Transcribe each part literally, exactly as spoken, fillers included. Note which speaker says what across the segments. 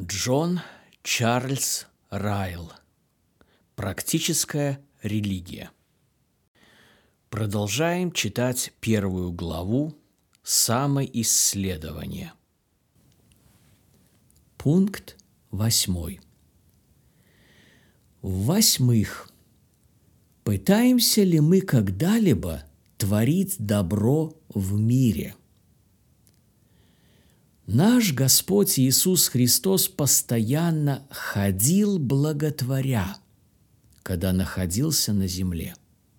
Speaker 1: Джон Чарльз Райл. Практическая религия. Продолжаем читать первую главу «Самоисследование». Пункт восьмой. В-восьмых, пытаемся ли мы когда-либо творить добро в мире? Наш Господь Иисус Христос постоянно ходил благотворя, когда находился на земле.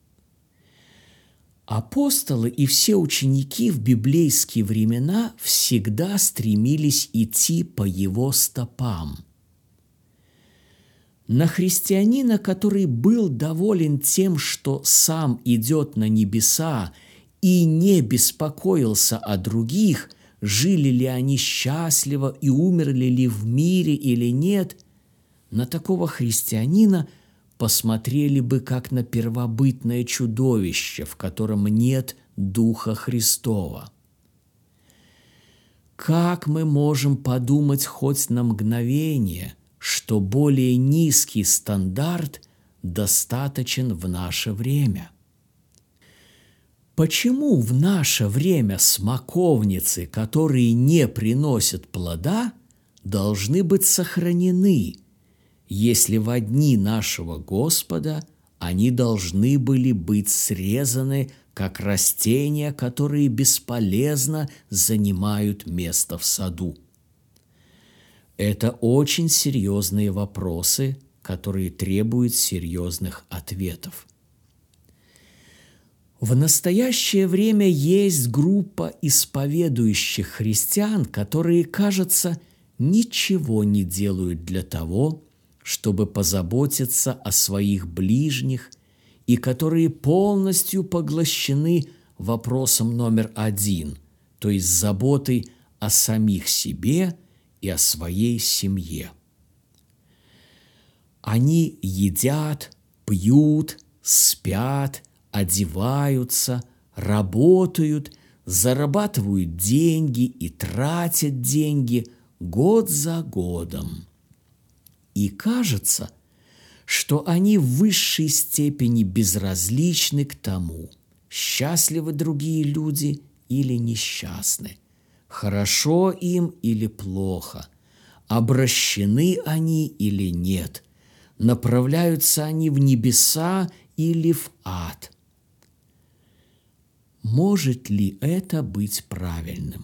Speaker 1: Апостолы и все ученики в библейские времена всегда стремились идти по Его стопам. На христианина, который был доволен тем, что сам идет на небеса и не беспокоился о других, жили ли они счастливо и умерли ли в мире или нет, на такого христианина посмотрели бы как на первобытное чудовище, в котором нет Духа Христова. Как мы можем подумать хоть на мгновение, что более низкий стандарт достаточен в наше время? Почему в наше время смоковницы, которые не приносят плода, должны быть сохранены, если во дни нашего Господа они должны были быть срезаны, как растения, которые бесполезно занимают место в саду? Это очень серьезные вопросы, которые требуют серьезных ответов. В настоящее время есть группа исповедующих христиан, которые, кажется, ничего не делают для того, чтобы позаботиться о своих ближних, и которые полностью поглощены вопросом номер один, то есть заботой о самих себе и о своей семье. Они едят, пьют, спят, одеваются, работают, зарабатывают деньги и тратят деньги год за годом. И кажется, что они в высшей степени безразличны к тому, счастливы другие люди или несчастны, хорошо им или плохо, обращены они или нет, направляются они в небеса или в ад. Может ли это быть правильным?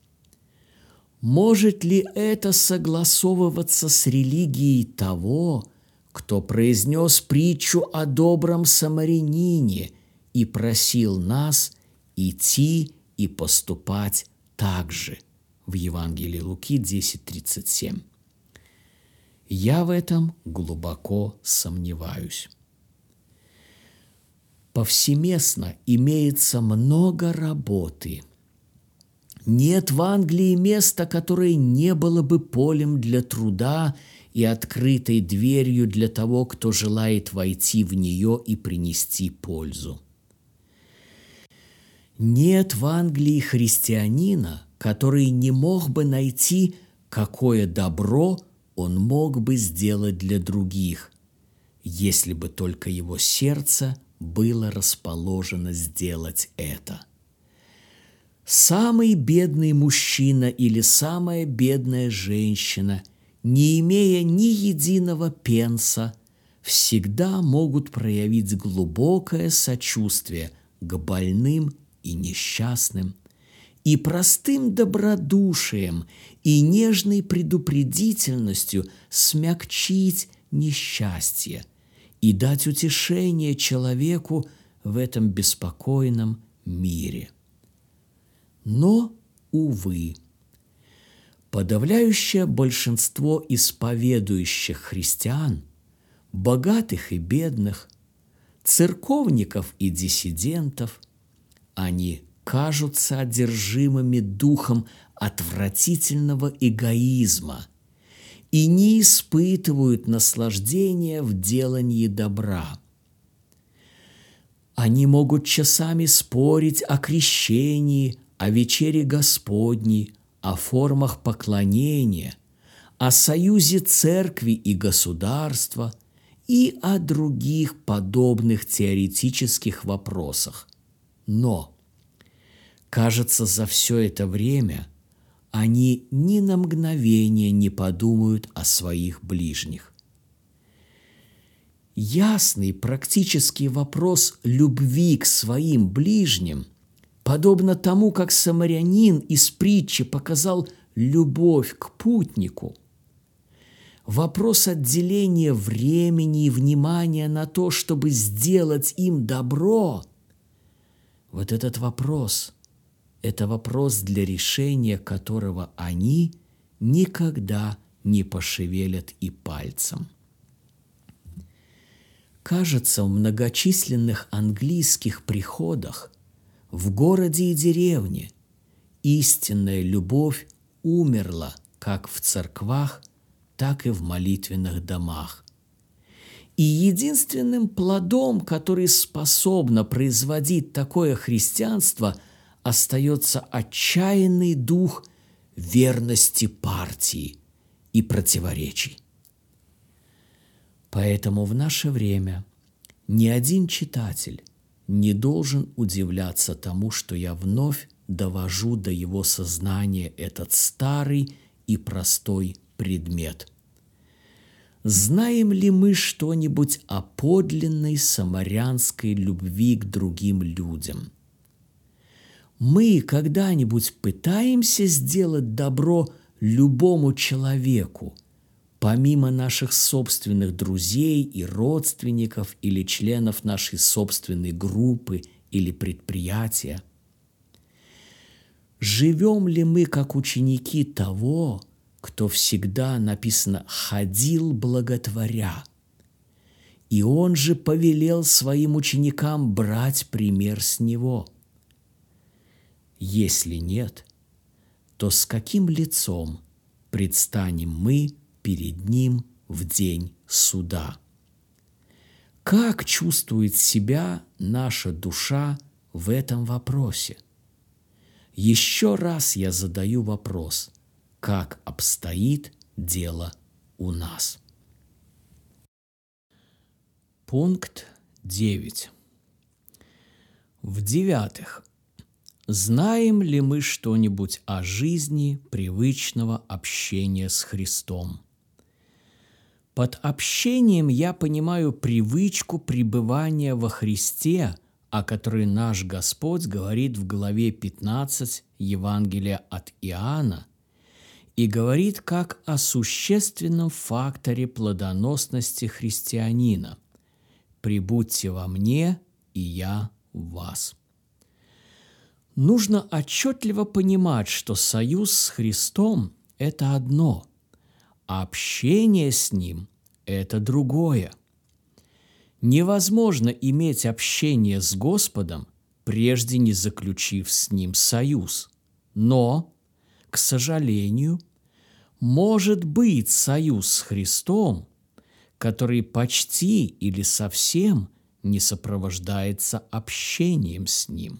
Speaker 1: Может ли это согласовываться с религией того, кто произнес притчу о добром самарянине и просил нас идти и поступать так же в Евангелии Луки десять тридцать семь? Я в этом глубоко сомневаюсь. Повсеместно имеется много работы. Нет в Англии места, которое не было бы полем для труда и открытой дверью для того, кто желает войти в нее и принести пользу. Нет в Англии христианина, который не мог бы найти, какое добро он мог бы сделать для других, если бы только его сердце было расположено сделать это. Самый бедный мужчина или самая бедная женщина, не имея ни единого пенса, всегда могут проявить глубокое сочувствие к больным и несчастным, и простым добродушием и нежной предупредительностью смягчить несчастье и дать утешение человеку в этом беспокойном мире. Но, увы, подавляющее большинство исповедующих христиан, богатых и бедных, церковников и диссидентов, они кажутся одержимыми духом отвратительного эгоизма и не испытывают наслаждения в делании добра. Они могут часами спорить о крещении, о вечере Господней, о формах поклонения, о союзе церкви и государства и о других подобных теоретических вопросах. Но, кажется, за все это время они ни на мгновение не подумают о своих ближних. Ясный практический вопрос любви к своим ближним, подобно тому, как самарянин из притчи показал любовь к путнику, вопрос отделения времени и внимания на то, чтобы сделать им добро, вот этот вопрос – это вопрос, для решения которого они никогда не пошевелят и пальцем. Кажется, в многочисленных английских приходах, в городе и деревне, истинная любовь умерла как в церквах, так и в молитвенных домах. И единственным плодом, который способно производить такое христианство, остается отчаянный дух верности партии и противоречий. Поэтому в наше время ни один читатель не должен удивляться тому, что я вновь довожу до его сознания этот старый и простой предмет. Знаем ли мы что-нибудь о подлинной самарянской любви к другим людям? Мы когда-нибудь пытаемся сделать добро любому человеку, помимо наших собственных друзей и родственников или членов нашей собственной группы или предприятия? Живем ли мы как ученики того, кто всегда, написано, ходил благотворя, и он же повелел своим ученикам брать пример с него? Если нет, то с каким лицом предстанем мы перед Ним в день суда? Как чувствует себя наша душа в этом вопросе? Еще раз я задаю вопрос: как обстоит дело у нас? Пункт девять. В-девятых, знаем ли мы что-нибудь о жизни привычного общения с Христом? Под общением я понимаю привычку пребывания во Христе, о которой наш Господь говорит в главе пятнадцать Евангелия от Иоанна, и говорит как о существенном факторе плодоносности христианина: «Прибудьте во мне, и я в вас». Нужно отчетливо понимать, что союз с Христом – это одно, а общение с Ним – это другое. Невозможно иметь общение с Господом, прежде не заключив с Ним союз. Но, к сожалению, может быть союз с Христом, который почти или совсем не сопровождается общением с Ним.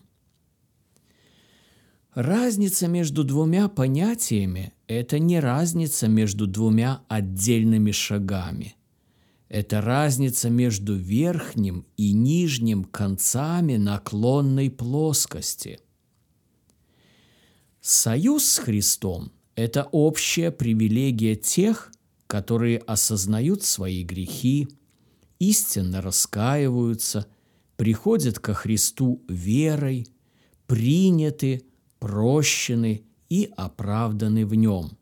Speaker 1: Разница между двумя понятиями – это не разница между двумя отдельными шагами. Это разница между верхним и нижним концами наклонной плоскости. Союз с Христом – это общая привилегия тех, которые осознают свои грехи, истинно раскаиваются, приходят ко Христу верой, приняты, прощены и оправданы в Нем.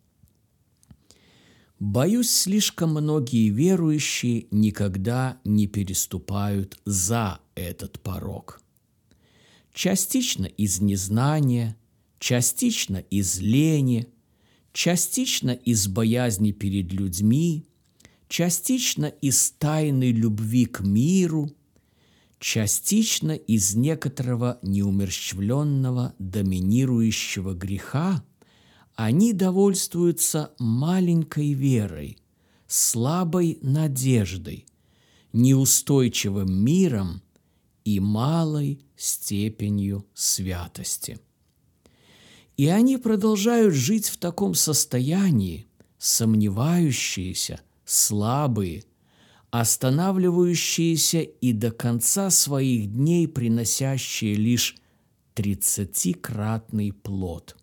Speaker 1: Боюсь, слишком многие верующие никогда не переступают за этот порог. Частично из незнания, частично из лени, частично из боязни перед людьми, частично из тайной любви к миру, частично из некоторого неумерщвленного доминирующего греха, они довольствуются маленькой верой, слабой надеждой, неустойчивым миром и малой степенью святости. И они продолжают жить в таком состоянии, сомневающиеся, слабые, останавливающиеся и до конца своих дней приносящие лишь тридцатикратный плод.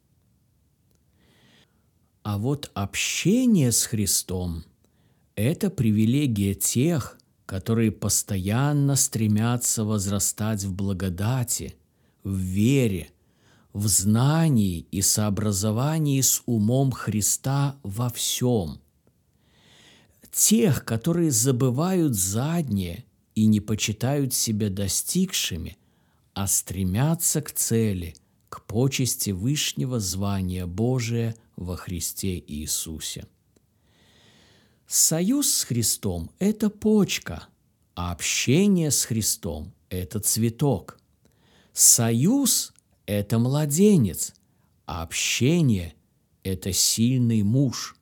Speaker 1: А вот общение с Христом – это привилегия тех, которые постоянно стремятся возрастать в благодати, в вере, в знании и сообразовании с умом Христа во всем. Тех, которые забывают заднее и не почитают себя достигшими, а стремятся к цели, к почести вышнего звания Божия во Христе Иисусе. Союз с Христом – это почка, а общение с Христом – это цветок. Союз – это младенец, а общение – это сильный муж.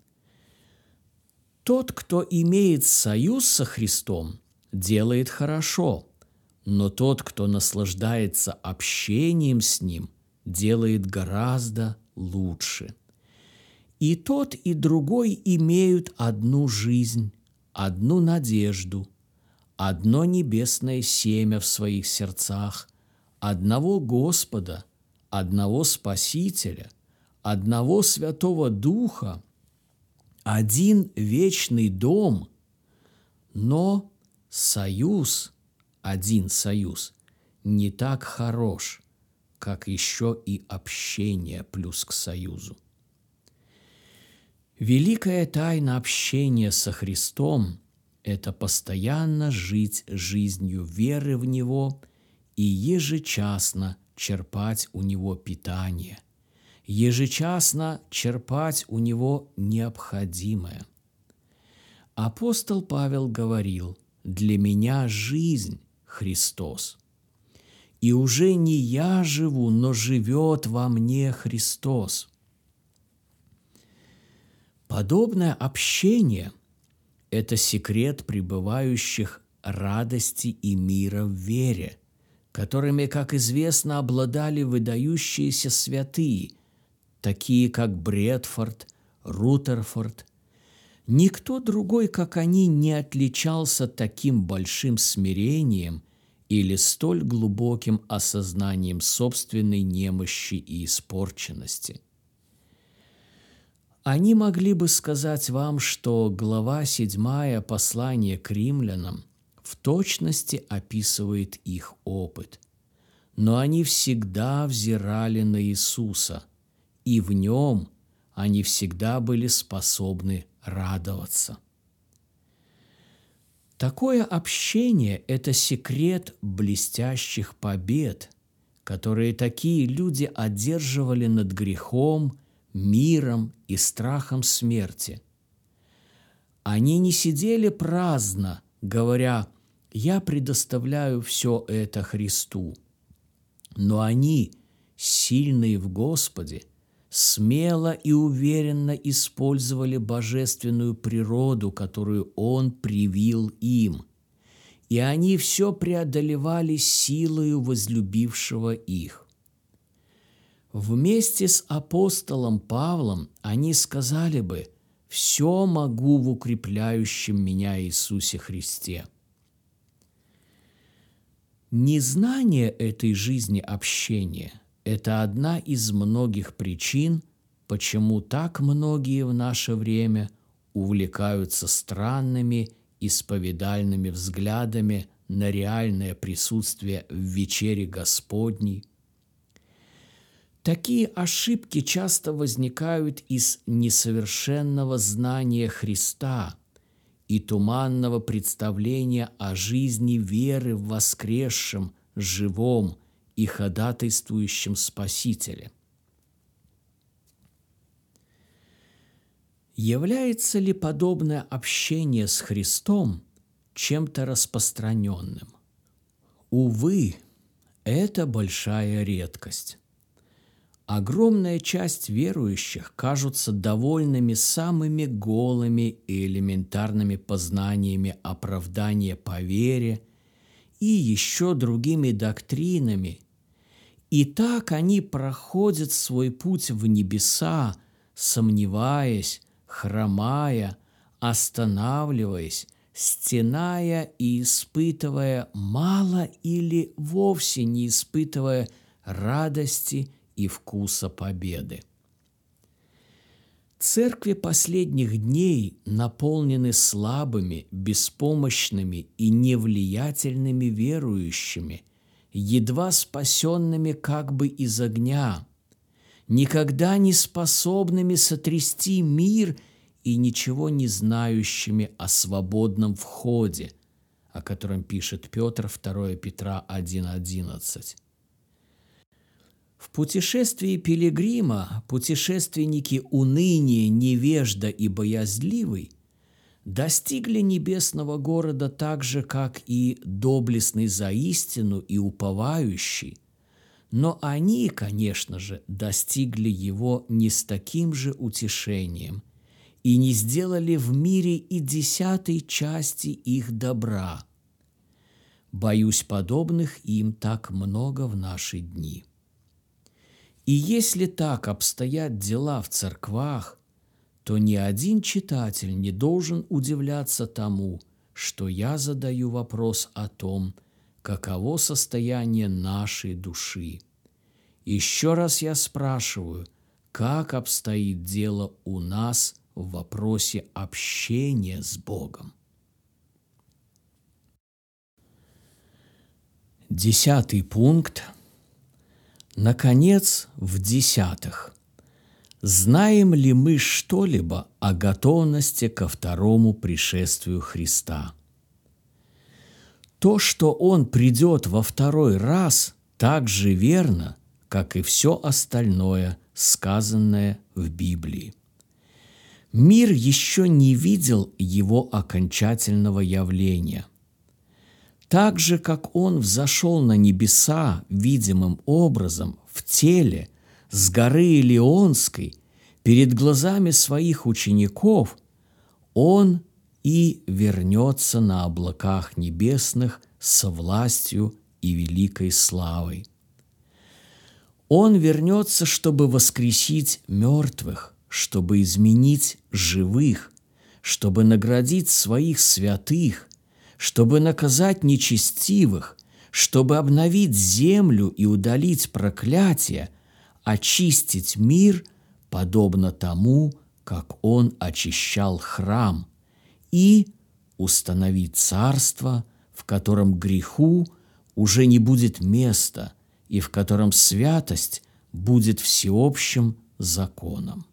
Speaker 1: Тот, кто имеет союз со Христом, делает хорошо, но тот, кто наслаждается общением с Ним, делает гораздо лучше. И тот, и другой имеют одну жизнь, одну надежду, одно небесное семя в своих сердцах, одного Господа, одного Спасителя, одного Святого Духа, один вечный дом, но союз, один союз, не так хорош, как еще и общение плюс к союзу. Великая тайна общения со Христом – это постоянно жить жизнью веры в Него и ежечасно черпать у Него питание, ежечасно черпать у Него необходимое. Апостол Павел говорил: «Для меня жизнь – Христос, и уже не я живу, но живет во мне Христос». Подобное общение – это секрет пребывающих радости и мира в вере, которыми, как известно, обладали выдающиеся святые, такие как Бредфорд, Рутерфорд. Никто другой, как они, не отличался таким большим смирением или столь глубоким осознанием собственной немощи и испорченности. Они могли бы сказать вам, что глава седьмая послания к римлянам в точности описывает их опыт, но они всегда взирали на Иисуса, и в Нем они всегда были способны радоваться. Такое общение – это секрет блестящих побед, которые такие люди одерживали над грехом, миром и страхом смерти. Они не сидели праздно, говоря: «Я предоставляю все это Христу», но они, сильные в Господе, смело и уверенно использовали божественную природу, которую Он привил им, и они все преодолевали силою возлюбившего их. Вместе с апостолом Павлом они сказали бы: «Все могу в укрепляющем меня Иисусе Христе». Незнание этой жизни общения – это одна из многих причин, почему так многие в наше время увлекаются странными исповедальными взглядами на реальное присутствие в вечере Господней. Такие ошибки часто возникают из несовершенного знания Христа и туманного представления о жизни веры в воскресшем, живом и ходатайствующем Спасителе. Является ли подобное общение с Христом чем-то распространенным? Увы, это большая редкость. Огромная часть верующих кажутся довольными самыми голыми и элементарными познаниями оправдания по вере и еще другими доктринами, и так они проходят свой путь в небеса, сомневаясь, хромая, останавливаясь, стеная и испытывая мало или вовсе не испытывая радости и вкуса победы. Церкви последних дней наполнены слабыми, беспомощными и невлиятельными верующими, едва спасенными как бы из огня, никогда не способными сотрясти мир и ничего не знающими о свободном входе, о котором пишет Петр, второе Петра один одиннадцать. В путешествии пилигрима путешественники уныния, невежда и боязливый достигли небесного города так же, как и доблестный за истину и уповающий, но они, конечно же, достигли его не с таким же утешением и не сделали в мире и десятой части их добра. Боюсь, подобных им так много в наши дни. И если так обстоят дела в церквах, то ни один читатель не должен удивляться тому, что я задаю вопрос о том, каково состояние нашей души. Еще раз я спрашиваю, как обстоит дело у нас в вопросе общения с Богом? Десятый пункт. Наконец, в-десятых, знаем ли мы что-либо о готовности ко второму пришествию Христа? То, что Он придет во второй раз, так же верно, как и все остальное, сказанное в Библии. Мир еще не видел Его окончательного явления. Так же, как Он взошел на небеса видимым образом в теле с горы Илионской перед глазами своих учеников, Он и вернется на облаках небесных со властью и великой славой. Он вернется, чтобы воскресить мертвых, чтобы изменить живых, чтобы наградить своих святых, чтобы наказать нечестивых, чтобы обновить землю и удалить проклятие, очистить мир, подобно тому, как Он очищал храм, и установить царство, в котором греху уже не будет места и в котором святость будет всеобщим законом.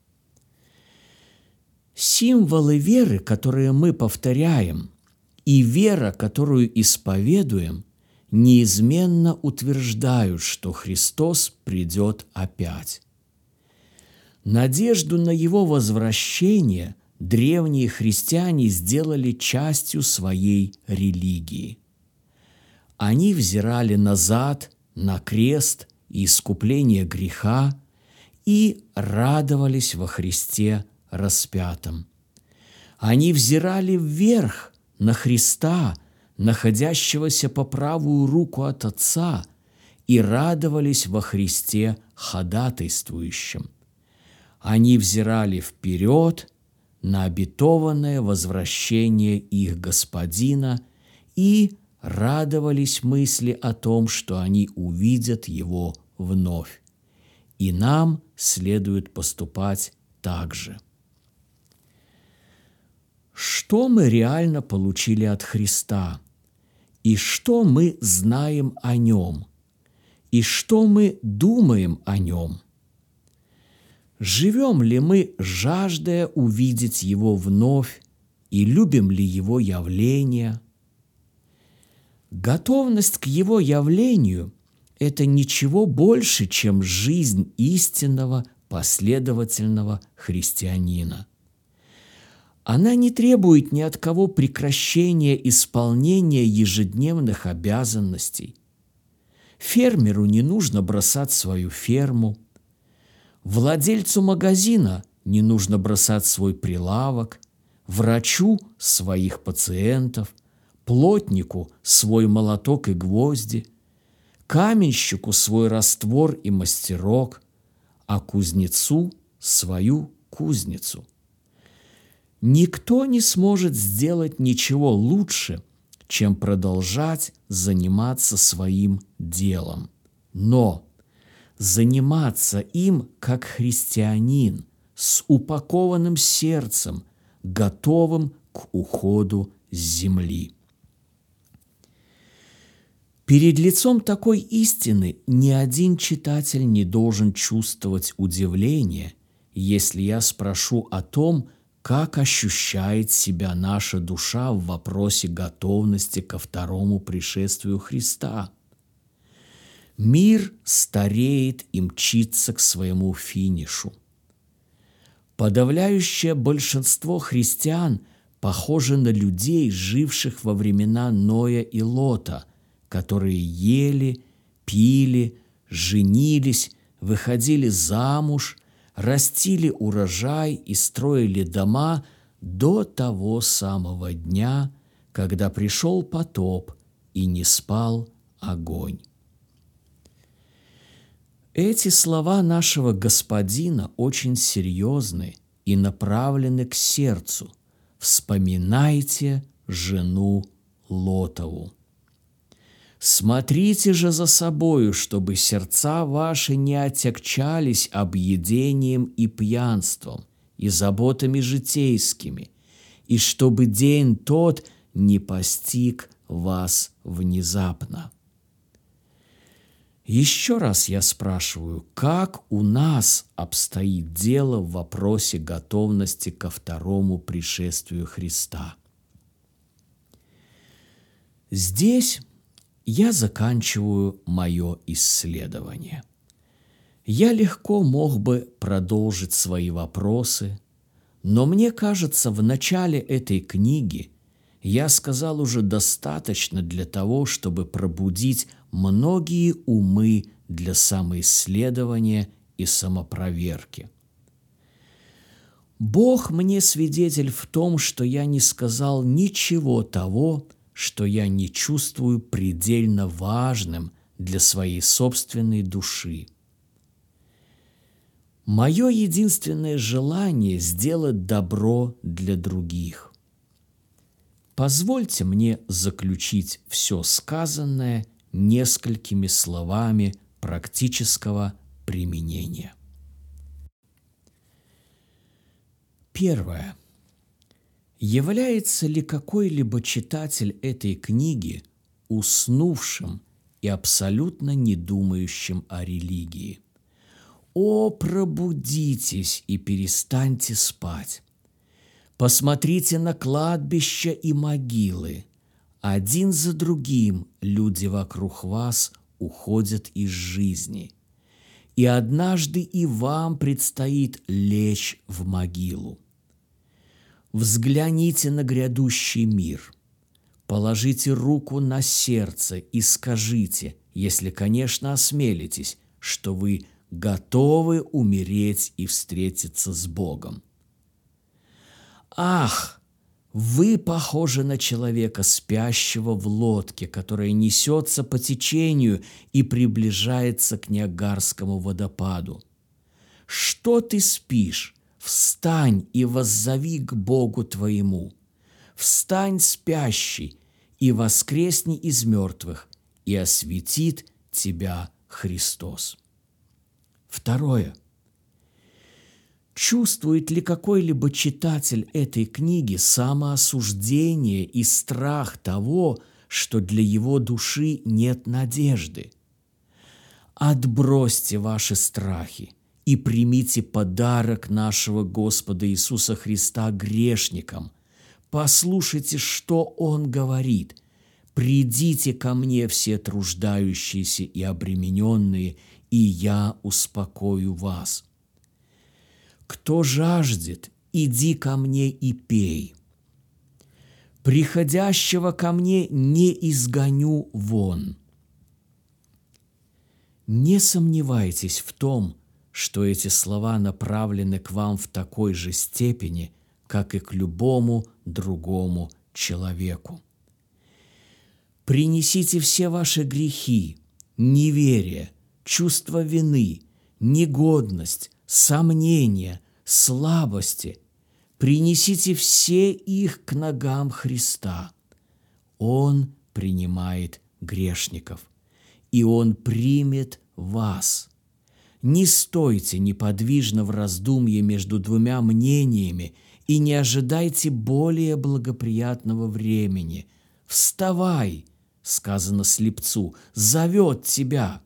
Speaker 1: Символы веры, которые мы повторяем, и вера, которую исповедуем, неизменно утверждают, что Христос придет опять. Надежду на Его возвращение древние христиане сделали частью своей религии. Они взирали назад на крест и искупление греха и радовались во Христе распятом. Они взирали вверх на Христа, находящегося по правую руку от Отца, и радовались во Христе ходатайствующим. Они взирали вперед на обетованное возвращение их Господина и радовались мысли о том, что они увидят Его вновь. И нам следует поступать так же. Что мы реально получили от Христа? И что мы знаем о Нем? И что мы думаем о Нем? Живем ли мы, жаждая увидеть Его вновь, и любим ли Его явление? Готовность к Его явлению – это ничего больше, чем жизнь истинного, последовательного христианина. Она не требует ни от кого прекращения исполнения ежедневных обязанностей. Фермеру не нужно бросать свою ферму. Владельцу магазина не нужно бросать свой прилавок, врачу – своих пациентов, плотнику – свой молоток и гвозди, каменщику – свой раствор и мастерок, а кузнецу – свою кузницу. Никто не сможет сделать ничего лучше, чем продолжать заниматься своим делом. Но заниматься им как христианин, с упакованным сердцем, готовым к уходу с земли. Перед лицом такой истины ни один читатель не должен чувствовать удивления, если я спрошу о том, как ощущает себя наша душа в вопросе готовности ко второму пришествию Христа. Мир стареет и мчится к своему финишу. Подавляющее большинство христиан похоже на людей, живших во времена Ноя и Лота, которые ели, пили, женились, выходили замуж, растили урожай и строили дома до того самого дня, когда пришел потоп и не спал огонь. Эти слова нашего Господина очень серьезны и направлены к сердцу. Вспоминайте жену Лотову. Смотрите же за собою, чтобы сердца ваши не отягчались объедением и пьянством, и заботами житейскими, и чтобы день тот не постиг вас внезапно. Еще раз я спрашиваю, как у нас обстоит дело в вопросе готовности ко второму пришествию Христа? Здесь я заканчиваю мое исследование. Я легко мог бы продолжить свои вопросы, но мне кажется, в начале этой книги я сказал уже достаточно для того, чтобы пробудить многие умы для самоисследования и самопроверки. Бог мне свидетель в том, что я не сказал ничего того, что я не чувствую предельно важным для своей собственной души. Мое единственное желание – сделать добро для других. Позвольте мне заключить все сказанное несколькими словами практического применения. Первое. Является ли какой-либо читатель этой книги уснувшим и абсолютно не думающим о религии? О, пробудитесь и перестаньте спать! Посмотрите на кладбища и могилы. Один за другим люди вокруг вас уходят из жизни. И однажды и вам предстоит лечь в могилу. Взгляните на грядущий мир. Положите руку на сердце и скажите, если, конечно, осмелитесь, что вы готовы умереть и встретиться с Богом. Ах, вы похожи на человека, спящего в лодке, которая несется по течению и приближается к Ниагарскому водопаду. Что ты спишь? Встань и воззови к Богу твоему. Встань, спящий, и воскресни из мертвых, и осветит тебя Христос. Второе. Чувствует ли какой-либо читатель этой книги самоосуждение и страх того, что для его души нет надежды? Отбросьте ваши страхи и примите подарок нашего Господа Иисуса Христа грешникам. Послушайте, что Он говорит. «Придите ко мне все труждающиеся и обремененные, и я успокою вас. Кто жаждет, иди ко мне и пей. Приходящего ко мне не изгоню вон». Не сомневайтесь в том, что эти слова направлены к вам в такой же степени, как и к любому другому человеку. Принесите все ваши грехи, неверие, чувство вины, негодность, сомнения, слабости. принесите все их к ногам Христа. Он принимает грешников, и Он примет вас. Не стойте неподвижно в раздумье между двумя мнениями и не ожидайте более благоприятного времени. «Вставай!» — сказано слепцу, — «зовет тебя».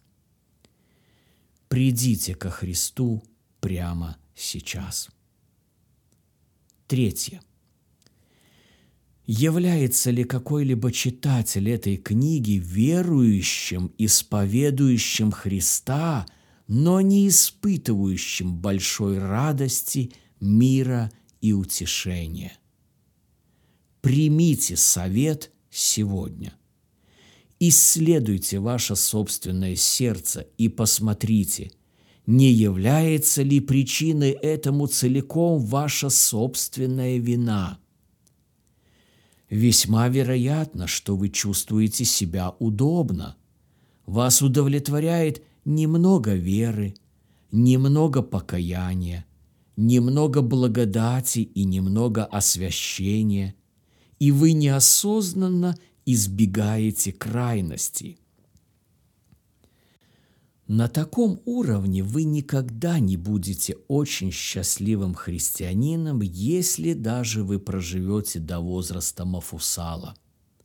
Speaker 1: Придите ко Христу прямо сейчас. Третье. Является ли какой-либо читатель этой книги верующим, исповедующим Христа, но не испытывающим большой радости, мира и утешения? Примите совет сегодня. Исследуйте ваше собственное сердце и посмотрите, не является ли причиной этому целиком ваша собственная вина. Весьма вероятно, что вы чувствуете себя удобно. Вас удовлетворяет немного веры, немного покаяния, немного благодати и немного освящения, и вы неосознанно избегаете крайностей. На таком уровне вы никогда не будете очень счастливым христианином, если даже вы проживете до возраста Мафусала.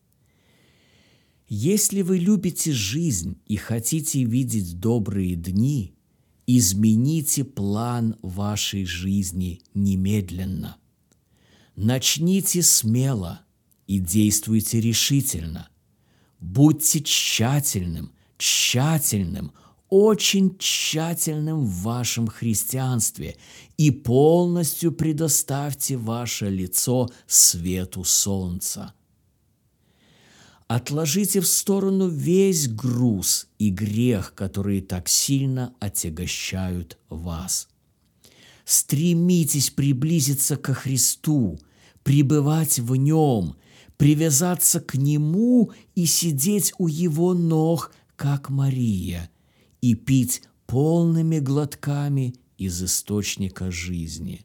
Speaker 1: Если вы любите жизнь и хотите видеть добрые дни, измените план вашей жизни немедленно. Начните смело и действуйте решительно. Будьте тщательным, тщательным, очень тщательным в вашем христианстве и полностью предоставьте ваше лицо свету солнца. Отложите в сторону весь груз и грех, которые так сильно отягощают вас. Стремитесь приблизиться ко Христу, пребывать в Нем, привязаться к Нему и сидеть у Его ног, как Мария, и пить полными глотками из источника жизни.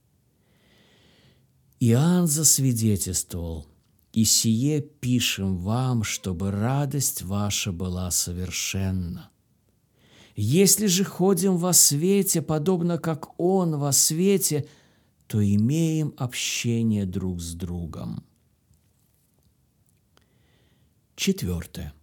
Speaker 1: Иоанн засвидетельствовал: «И сие пишем вам, чтобы радость ваша была совершенна. Если же ходим во свете, подобно как Он во свете, то имеем общение друг с другом». Четвертое.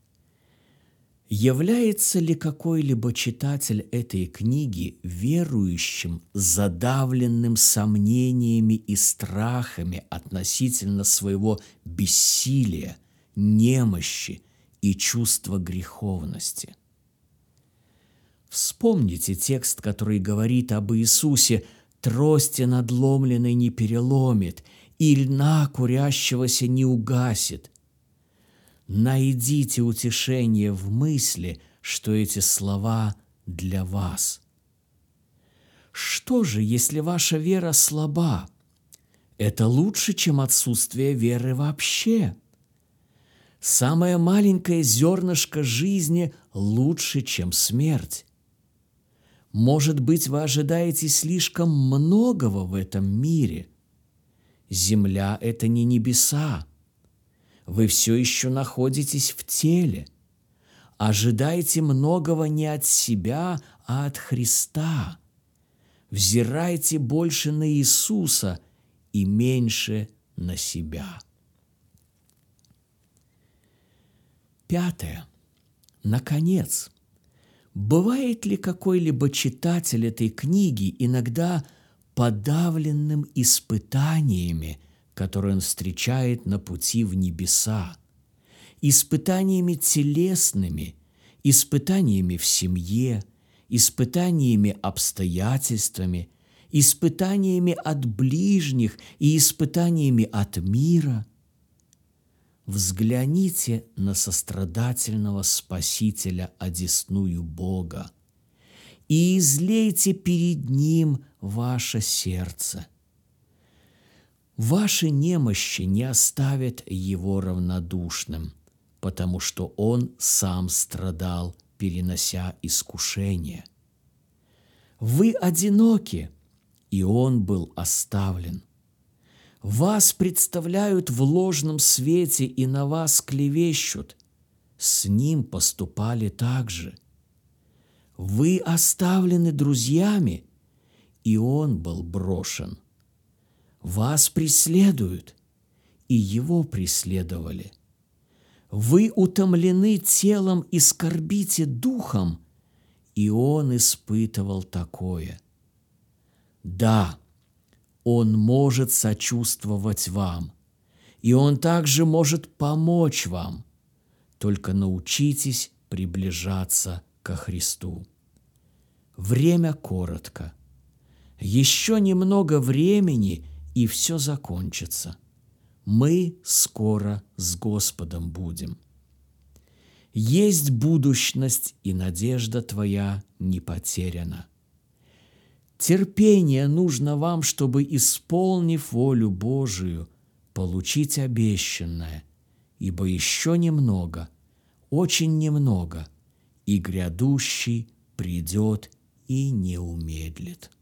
Speaker 1: Является ли какой-либо читатель этой книги верующим, задавленным сомнениями и страхами относительно своего бессилия, немощи и чувства греховности? Вспомните текст, который говорит об Иисусе: «Трости надломленной не переломит, и льна курящегося не угасит». Найдите утешение в мысли, что эти слова для вас. Что же, если ваша вера слаба? Это лучше, чем отсутствие веры вообще. Самое маленькое зернышко жизни лучше, чем смерть. Может быть, вы ожидаете слишком многого в этом мире. Земля – это не небеса. Вы все еще находитесь в теле. Ожидайте многого не от себя, а от Христа. Взирайте больше на Иисуса и меньше на себя. Пятое. Наконец, бывает ли какой-либо читатель этой книги иногда подавленным испытаниями, которые он встречает на пути в небеса, испытаниями телесными, испытаниями в семье, испытаниями обстоятельствами, испытаниями от ближних и испытаниями от мира? Взгляните на сострадательного Спасителя одесную Бога и излейте перед Ним ваше сердце. Ваши немощи не оставят Его равнодушным, потому что Он сам страдал, перенося искушения. Вы одиноки, и он был оставлен. Вас представляют в ложном свете и на вас клевещут. С ним поступали так же. Вы оставлены друзьями, и он был брошен. Вас преследуют, и его преследовали. Вы утомлены телом и скорбите духом, и он испытывал такое. Да, он может сочувствовать вам, и он также может помочь вам. Только научитесь приближаться ко Христу. Время коротко. Еще немного времени, и все закончится. Мы скоро с Господом будем. Есть будущность, и надежда твоя не потеряна. Терпение нужно вам, чтобы, исполнив волю Божию, получить обещанное, ибо еще немного, очень немного, и грядущий придет и не умедлит.